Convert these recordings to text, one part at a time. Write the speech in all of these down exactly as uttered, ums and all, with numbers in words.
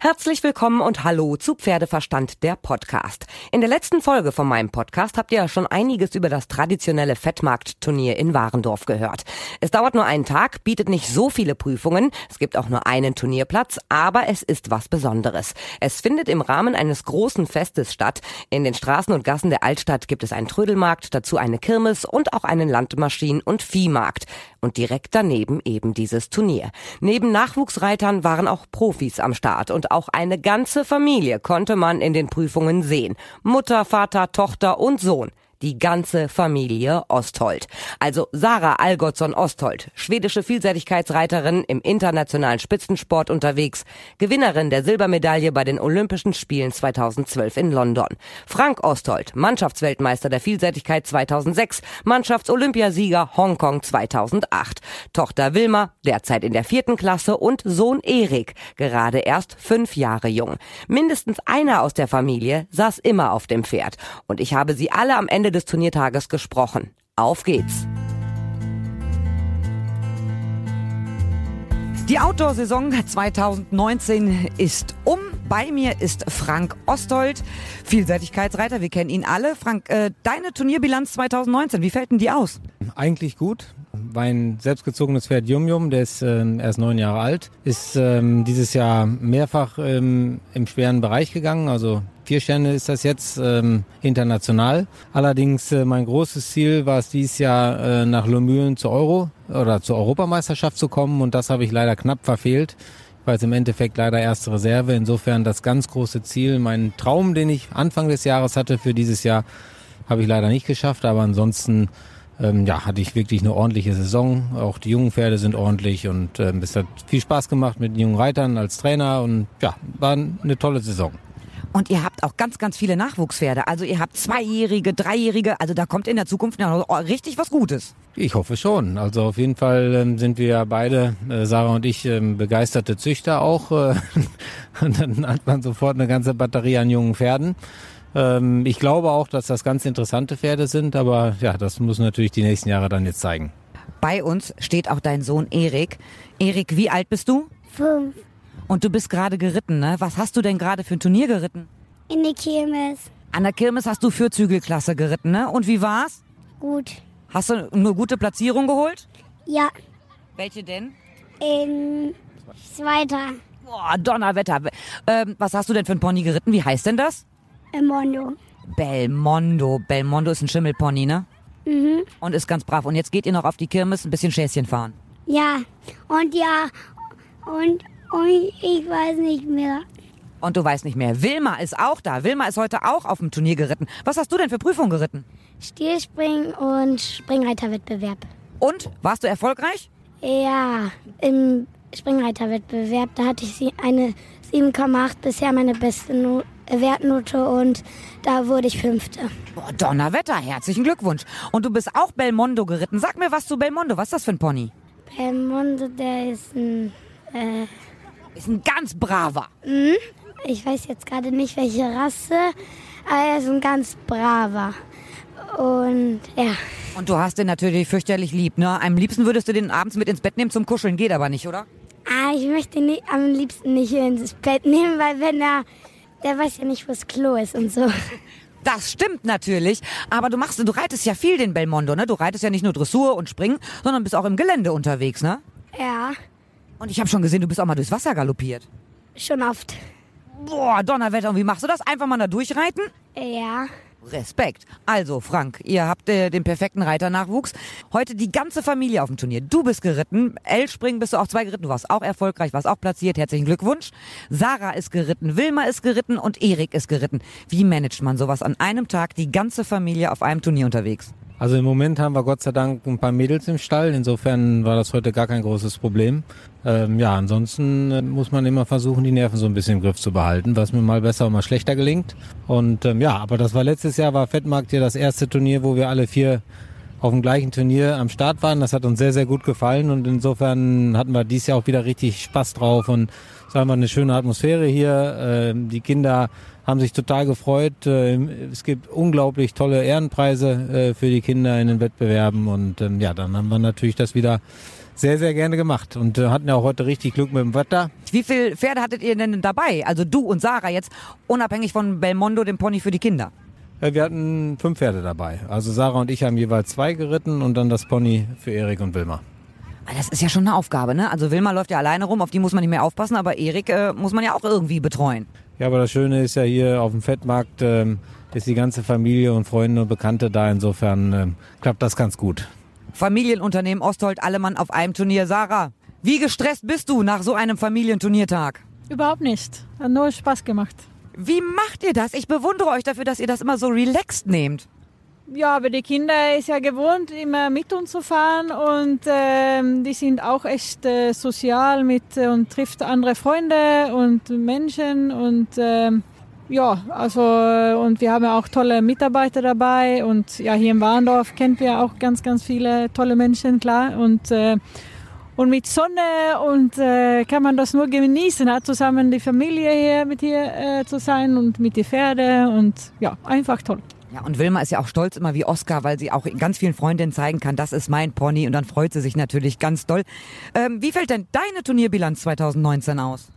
Herzlich willkommen und hallo zu Pferdeverstand, der Podcast. In der letzten Folge von meinem Podcast habt ihr ja schon einiges über das traditionelle Fettmarktturnier in Warendorf gehört. Es dauert nur einen Tag, bietet nicht so viele Prüfungen, es gibt auch nur einen Turnierplatz, aber es ist was Besonderes. Es findet im Rahmen eines großen Festes statt. In den Straßen und Gassen der Altstadt gibt es einen Trödelmarkt, dazu eine Kirmes und auch einen Landmaschinen- und Viehmarkt. Und direkt daneben eben dieses Turnier. Neben Nachwuchsreitern waren auch Profis am Start und auch eine ganze Familie konnte man in den Prüfungen sehen. Mutter, Vater, Tochter und Sohn. Die ganze Familie Ostholt. Also Sarah Algotsson-Ostholt, schwedische Vielseitigkeitsreiterin im internationalen Spitzensport unterwegs, Gewinnerin der Silbermedaille bei den Olympischen Spielen zweitausendzwölf in London. Frank Ostholt, Mannschaftsweltmeister der Vielseitigkeit zweitausendsechs, Mannschafts-Olympiasieger Hongkong zweitausendacht. Tochter Wilma, derzeit in der vierten Klasse, und Sohn Erik, gerade erst fünf Jahre jung. Mindestens einer aus der Familie saß immer auf dem Pferd. Und ich habe sie alle am Ende des Turniertages gesprochen. Auf geht's! Die Outdoor-Saison zweitausendneunzehn ist um. Bei mir ist Frank Ostholt, Vielseitigkeitsreiter. Wir kennen ihn alle. Frank, äh, deine Turnierbilanz zweitausendneunzehn, wie fällt denn die aus? Eigentlich gut. Mein selbstgezogenes Pferd Yum Yum, der ist ähm, erst neun Jahre alt, ist ähm, dieses Jahr mehrfach ähm, im schweren Bereich gegangen. Also vier Sterne ist das jetzt ähm, international. Allerdings äh, mein großes Ziel war es dieses Jahr äh, nach Lomülen zur Euro oder zur Europameisterschaft zu kommen, und das habe ich leider knapp verfehlt. Ich war jetzt im Endeffekt leider erste Reserve. Insofern das ganz große Ziel, meinen Traum, den ich Anfang des Jahres hatte für dieses Jahr, habe ich leider nicht geschafft. Aber ansonsten ähm, ja, hatte ich wirklich eine ordentliche Saison. Auch die jungen Pferde sind ordentlich, und ähm, es hat viel Spaß gemacht mit den jungen Reitern als Trainer, und ja, war eine tolle Saison. Und ihr habt auch ganz, ganz viele Nachwuchspferde. Also ihr habt Zweijährige, Dreijährige. Also da kommt in der Zukunft noch richtig was Gutes. Ich hoffe schon. Also auf jeden Fall ähm, sind wir beide, äh, Sarah und ich, ähm, begeisterte Züchter auch. Äh, und dann hat man sofort eine ganze Batterie an jungen Pferden. Ähm, ich glaube auch, dass das ganz interessante Pferde sind. Aber ja, das muss natürlich die nächsten Jahre dann jetzt zeigen. Bei uns steht auch dein Sohn Erik. Erik, wie alt bist du? Fünf. Und du bist gerade geritten, ne? Was hast du denn gerade für ein Turnier geritten? In die Kirmes. An der Kirmes hast du für Zügelklasse geritten, ne? Und wie war's? Gut. Hast du eine gute Platzierung geholt? Ja. Welche denn? In Zweiter. Boah, Donnerwetter. Ähm, was hast du denn für ein Pony geritten? Wie heißt denn das? Im Mondo. Belmondo. Belmondo ist ein Schimmelpony, ne? Mhm. Und ist ganz brav. Und jetzt geht ihr noch auf die Kirmes ein bisschen Schäßchen fahren. Ja. Und ja. Und, und ich weiß nicht mehr. Und du weißt nicht mehr. Wilma ist auch da. Wilma ist heute auch auf dem Turnier geritten. Was hast du denn für Prüfungen geritten? Stierspringen und Springreiterwettbewerb. Und? Warst du erfolgreich? Ja, im Springreiterwettbewerb, da hatte ich eine sieben Komma acht, bisher meine beste no- Wertnote, und da wurde ich Fünfte. Boah, Donnerwetter, herzlichen Glückwunsch. Und du bist auch Belmondo geritten. Sag mir was zu Belmondo. Was ist das für ein Pony? Belmondo, der ist ein... Äh, ist ein ganz braver. Mhm. Ich weiß jetzt gerade nicht, welche Rasse, aber er ist ein ganz braver. Und ja. Und du hast den natürlich fürchterlich lieb, ne? Am liebsten würdest du den abends mit ins Bett nehmen zum Kuscheln, geht aber nicht, oder? Ah, ich möchte ihn nicht, am liebsten nicht ins Bett nehmen, weil wenn er, der weiß ja nicht, wo das Klo ist und so. Das stimmt natürlich, aber du machst, du reitest ja viel den Belmondo, ne? Du reitest ja nicht nur Dressur und Springen, sondern bist auch im Gelände unterwegs, ne? Ja. Und ich habe schon gesehen, du bist auch mal durchs Wasser galoppiert. Schon oft. Boah, Donnerwetter, und wie machst du das? Einfach mal da durchreiten? Ja. Respekt. Also, Frank, ihr habt äh, den perfekten Reiternachwuchs. Heute die ganze Familie auf dem Turnier. Du bist geritten, L-Springen bist du auch zwei geritten, du warst auch erfolgreich, warst auch platziert, herzlichen Glückwunsch. Sarah ist geritten, Wilma ist geritten und Erik ist geritten. Wie managt man sowas an einem Tag, die ganze Familie auf einem Turnier unterwegs? Also im Moment haben wir Gott sei Dank ein paar Mädels im Stall. Insofern war das heute gar kein großes Problem. Ähm, ja, ansonsten äh, muss man immer versuchen, die Nerven so ein bisschen im Griff zu behalten, was mir mal besser und mal schlechter gelingt. Und ähm, ja, aber das war letztes Jahr, war Fettmarkt hier das erste Turnier, wo wir alle vier auf dem gleichen Turnier am Start waren. Das hat uns sehr, sehr gut gefallen, und insofern hatten wir dieses Jahr auch wieder richtig Spaß drauf, und es war einfach eine schöne Atmosphäre hier. Ähm, die Kinder haben sich total gefreut. Es gibt unglaublich tolle Ehrenpreise für die Kinder in den Wettbewerben, und ja, dann haben wir natürlich das wieder Sehr, sehr gerne gemacht und äh, hatten ja auch heute richtig Glück mit dem Wetter. Wie viele Pferde hattet ihr denn dabei? Also du und Sarah jetzt, unabhängig von Belmondo, dem Pony für die Kinder. Ja, wir hatten fünf Pferde dabei. Also Sarah und ich haben jeweils zwei geritten und dann das Pony für Erik und Wilma. Das ist ja schon eine Aufgabe, ne? Also Wilma läuft ja alleine rum, auf die muss man nicht mehr aufpassen, aber Erik äh, muss man ja auch irgendwie betreuen. Ja, aber das Schöne ist ja hier auf dem Fettmarkt, ähm, ist die ganze Familie und Freunde und Bekannte da. Insofern ähm, klappt das ganz gut. Familienunternehmen Osthold Allemann auf einem Turnier. Sarah, wie gestresst bist du nach so einem Familienturniertag? Überhaupt nicht. Hat nur Spaß gemacht. Wie macht ihr das? Ich bewundere euch dafür, dass ihr das immer so relaxed nehmt. Ja, aber die Kinder ist ja gewohnt, immer mit uns zu fahren und ähm, die sind auch echt äh, sozial mit äh, und trifft andere Freunde und Menschen und ähm, ja, also und wir haben auch tolle Mitarbeiter dabei und ja, hier in Warendorf kennen wir auch ganz, ganz viele tolle Menschen, klar und äh, und mit Sonne und äh, kann man das nur genießen, hat zusammen die Familie hier mit hier äh, zu sein und mit den Pferden und ja, einfach toll. Ja, und Wilma ist ja auch stolz immer wie Oskar, weil sie auch ganz vielen Freundinnen zeigen kann, das ist mein Pony und dann freut sie sich natürlich ganz doll. Ähm, wie fällt denn deine Turnierbilanz zwanzig neunzehn aus?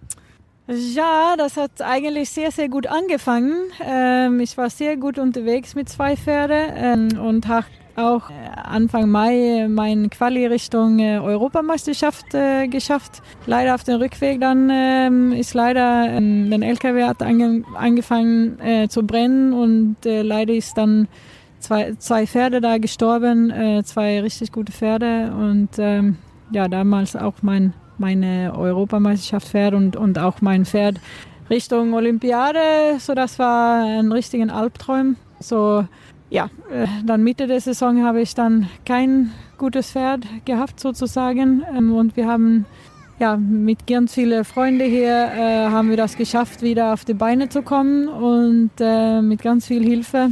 Ja, das hat eigentlich sehr, sehr gut angefangen. Ähm, ich war sehr gut unterwegs mit zwei Pferden ähm, und habe auch Anfang Mai meine Quali Richtung äh, Europameisterschaft äh, geschafft. Leider auf dem Rückweg dann ähm, ist leider ähm, der L K W hat ange angefangen äh, zu brennen und äh, leider ist dann zwei, zwei Pferde da gestorben, äh, zwei richtig gute Pferde und ähm, ja, damals auch mein meine Europameisterschaft Pferd und, und auch mein Pferd Richtung Olympiade. So, das war ein richtiger Albtraum. So, ja, äh, dann Mitte der Saison habe ich dann kein gutes Pferd gehabt sozusagen. Ähm, und wir haben ja mit ganz vielen Freunden hier äh, haben wir das geschafft, wieder auf die Beine zu kommen und äh, mit ganz viel Hilfe.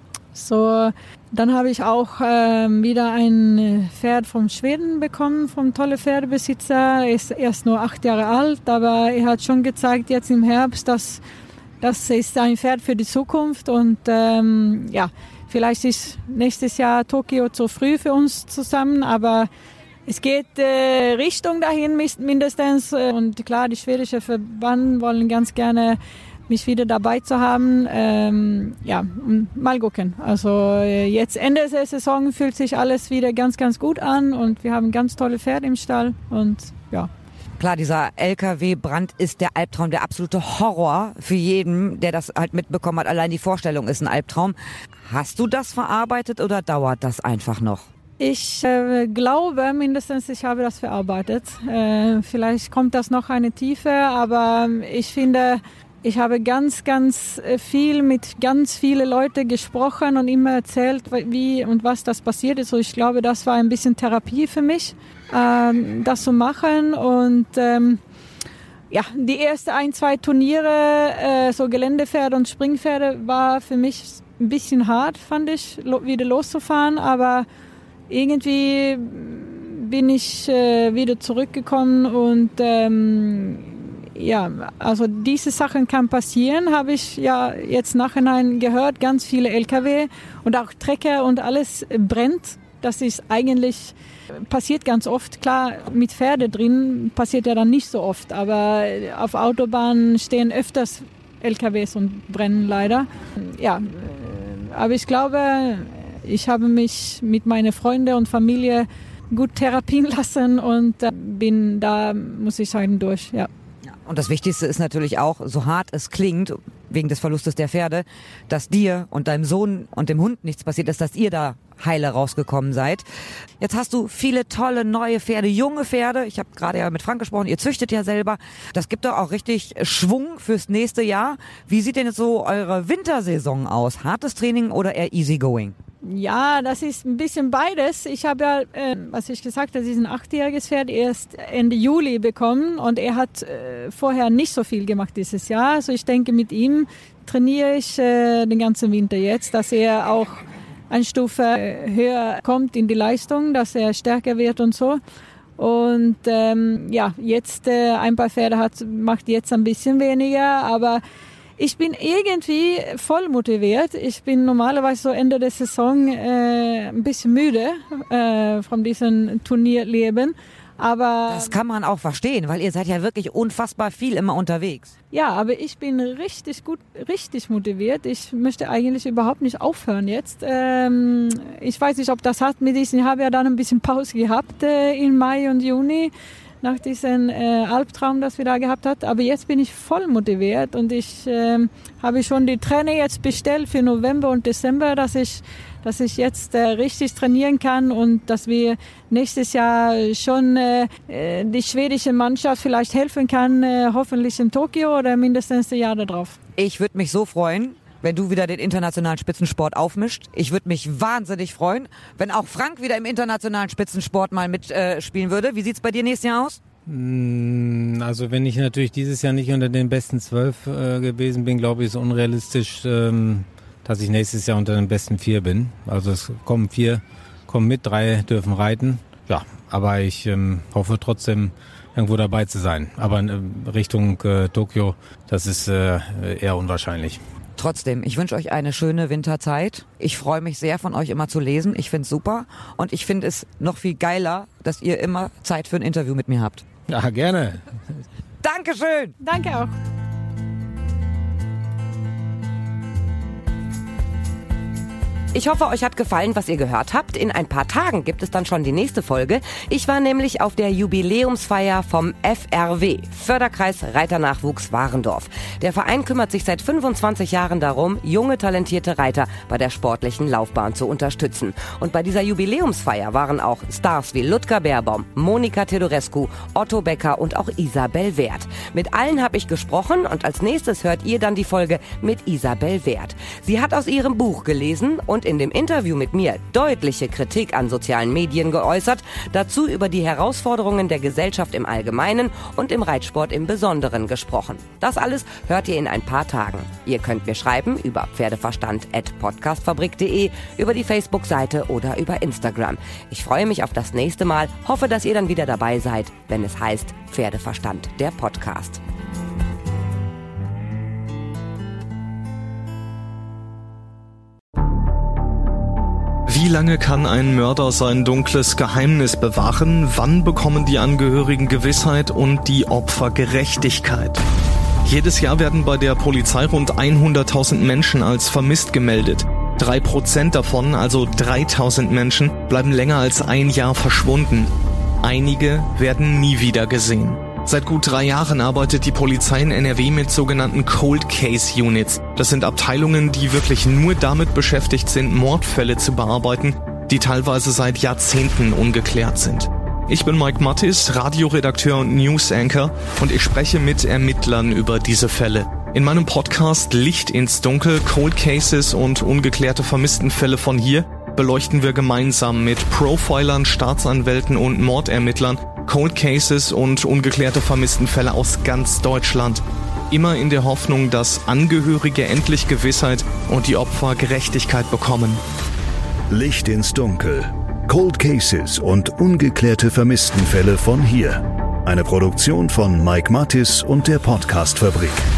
So, dann habe ich auch äh, wieder ein Pferd vom Schweden bekommen, vom tollen Pferdebesitzer. Er ist erst nur acht Jahre alt, aber er hat schon gezeigt jetzt im Herbst, dass das ist ein Pferd für die Zukunft. Und ähm, ja, vielleicht ist nächstes Jahr Tokio zu früh für uns zusammen, aber es geht äh, Richtung dahin mindestens. Und klar, die schwedische Verband wollen ganz gerne mich wieder dabei zu haben, ähm, ja, mal gucken. Also jetzt Ende der Saison fühlt sich alles wieder ganz, ganz gut an und wir haben ganz tolle Pferde im Stall und ja. Klar, dieser L K W-Brand ist der Albtraum, der absolute Horror für jeden, der das halt mitbekommen hat. Allein die Vorstellung ist ein Albtraum. Hast du das verarbeitet oder dauert das einfach noch? Ich äh, glaube mindestens, ich habe das verarbeitet. Äh, vielleicht kommt das noch eine Tiefe, aber ich finde, ich habe ganz, ganz viel mit ganz vielen Leuten gesprochen und immer erzählt, wie und was das passiert ist. Und ich glaube, das war ein bisschen Therapie für mich, ähm, das zu machen. Und ähm, ja, die ersten ein, zwei Turniere, äh, so Geländepferde und Springpferde, war für mich ein bisschen hart, fand ich, lo- wieder loszufahren. Aber irgendwie bin ich äh, wieder zurückgekommen und ähm, ja, also diese Sachen kann passieren, habe ich ja jetzt nachhinein gehört. Ganz viele L K W und auch Trecker und alles brennt. Das ist eigentlich, passiert ganz oft. Klar, mit Pferde drin passiert ja dann nicht so oft, aber auf Autobahnen stehen öfters L K Ws und brennen leider. Ja, aber ich glaube, ich habe mich mit meinen Freunden und Familie gut therapieren lassen und bin da, muss ich sagen, durch, ja. Und das Wichtigste ist natürlich auch, so hart es klingt, wegen des Verlustes der Pferde, dass dir und deinem Sohn und dem Hund nichts passiert ist, dass ihr da heile rausgekommen seid. Jetzt hast du viele tolle neue Pferde, junge Pferde. Ich habe gerade ja mit Frank gesprochen, ihr züchtet ja selber. Das gibt doch auch richtig Schwung fürs nächste Jahr. Wie sieht denn jetzt so eure Wintersaison aus? Hartes Training oder eher easygoing? Ja, das ist ein bisschen beides. Ich habe ja, äh, was ich gesagt habe, diesen achtjähriges Pferd erst Ende Juli bekommen und er hat äh, vorher nicht so viel gemacht dieses Jahr. Also ich denke, mit ihm trainiere ich äh, den ganzen Winter jetzt, dass er auch eine Stufe höher kommt in die Leistung, dass er stärker wird und so. Und ähm, ja, jetzt äh, ein paar Pferde hat, macht jetzt ein bisschen weniger, aber ich bin irgendwie voll motiviert. Ich bin normalerweise so Ende der Saison äh, ein bisschen müde äh, von diesem Turnierleben. Aber das kann man auch verstehen, weil ihr seid ja wirklich unfassbar viel immer unterwegs. Ja, aber ich bin richtig gut, richtig motiviert. Ich möchte eigentlich überhaupt nicht aufhören jetzt. Ähm, ich weiß nicht, ob das hat mit diesen, ich habe ja dann ein bisschen Pause gehabt äh, im Mai und Juni nach diesem äh, Albtraum, das wir da gehabt haben. Aber jetzt bin ich voll motiviert und ich äh, habe schon die Trainer jetzt bestellt für November und Dezember, dass ich dass ich jetzt äh, richtig trainieren kann und dass wir nächstes Jahr schon äh, die schwedische Mannschaft vielleicht helfen kann, äh, hoffentlich in Tokio oder mindestens ein Jahr darauf. Ich würde mich so freuen, wenn du wieder den internationalen Spitzensport aufmischt. Ich würde mich wahnsinnig freuen, wenn auch Frank wieder im internationalen Spitzensport mal mitspielen äh, würde. Wie sieht's bei dir nächstes Jahr aus? Also wenn ich natürlich dieses Jahr nicht unter den besten zwölf äh, gewesen bin, glaube ich, ist unrealistisch, ähm dass ich nächstes Jahr unter den besten vier bin. Also es kommen vier, kommen mit, drei dürfen reiten. Ja, aber ich ähm, hoffe trotzdem irgendwo dabei zu sein. Aber in Richtung äh, Tokio, das ist äh, eher unwahrscheinlich. Trotzdem, ich wünsche euch eine schöne Winterzeit. Ich freue mich sehr, von euch immer zu lesen. Ich finde es super. Und ich finde es noch viel geiler, dass ihr immer Zeit für ein Interview mit mir habt. Ja, gerne. Dankeschön. Danke auch. Ich hoffe, euch hat gefallen, was ihr gehört habt. In ein paar Tagen gibt es dann schon die nächste Folge. Ich war nämlich auf der Jubiläumsfeier vom F R W, Förderkreis Reiternachwuchs Warendorf. Der Verein kümmert sich seit fünfundzwanzig Jahren darum, junge, talentierte Reiter bei der sportlichen Laufbahn zu unterstützen. Und bei dieser Jubiläumsfeier waren auch Stars wie Ludger Beerbaum, Monika Teodorescu, Otto Becker und auch Isabel Wert. Mit allen habe ich gesprochen und als nächstes hört ihr dann die Folge mit Isabel Wert. Sie hat aus ihrem Buch gelesen und in dem Interview mit mir deutliche Kritik an sozialen Medien geäußert, dazu über die Herausforderungen der Gesellschaft im Allgemeinen und im Reitsport im Besonderen gesprochen. Das alles hört ihr in ein paar Tagen. Ihr könnt mir schreiben über pferdeverstand at podcastfabrik punkt de, über die Facebook-Seite oder über Instagram. Ich freue mich auf das nächste Mal, hoffe, dass ihr dann wieder dabei seid, wenn es heißt Pferdeverstand, der Podcast. Wie lange kann ein Mörder sein dunkles Geheimnis bewahren? Wann bekommen die Angehörigen Gewissheit und die Opfer Gerechtigkeit? Jedes Jahr werden bei der Polizei rund hunderttausend Menschen als vermisst gemeldet. Drei Prozent davon, also dreitausend Menschen, bleiben länger als ein Jahr verschwunden. Einige werden nie wieder gesehen. Seit gut drei Jahren arbeitet die Polizei in N R W mit sogenannten Cold Case Units. Das sind Abteilungen, die wirklich nur damit beschäftigt sind, Mordfälle zu bearbeiten, die teilweise seit Jahrzehnten ungeklärt sind. Ich bin Mike Mattis, Radioredakteur und News Anchor und ich spreche mit Ermittlern über diese Fälle. In meinem Podcast Licht ins Dunkel, Cold Cases und ungeklärte Vermisstenfälle von hier beleuchten wir gemeinsam mit Profilern, Staatsanwälten und Mordermittlern Cold Cases und ungeklärte Vermisstenfälle aus ganz Deutschland. Immer in der Hoffnung, dass Angehörige endlich Gewissheit und die Opfer Gerechtigkeit bekommen. Licht ins Dunkel. Cold Cases und ungeklärte Vermisstenfälle von hier. Eine Produktion von Mike Mattis und der Podcastfabrik.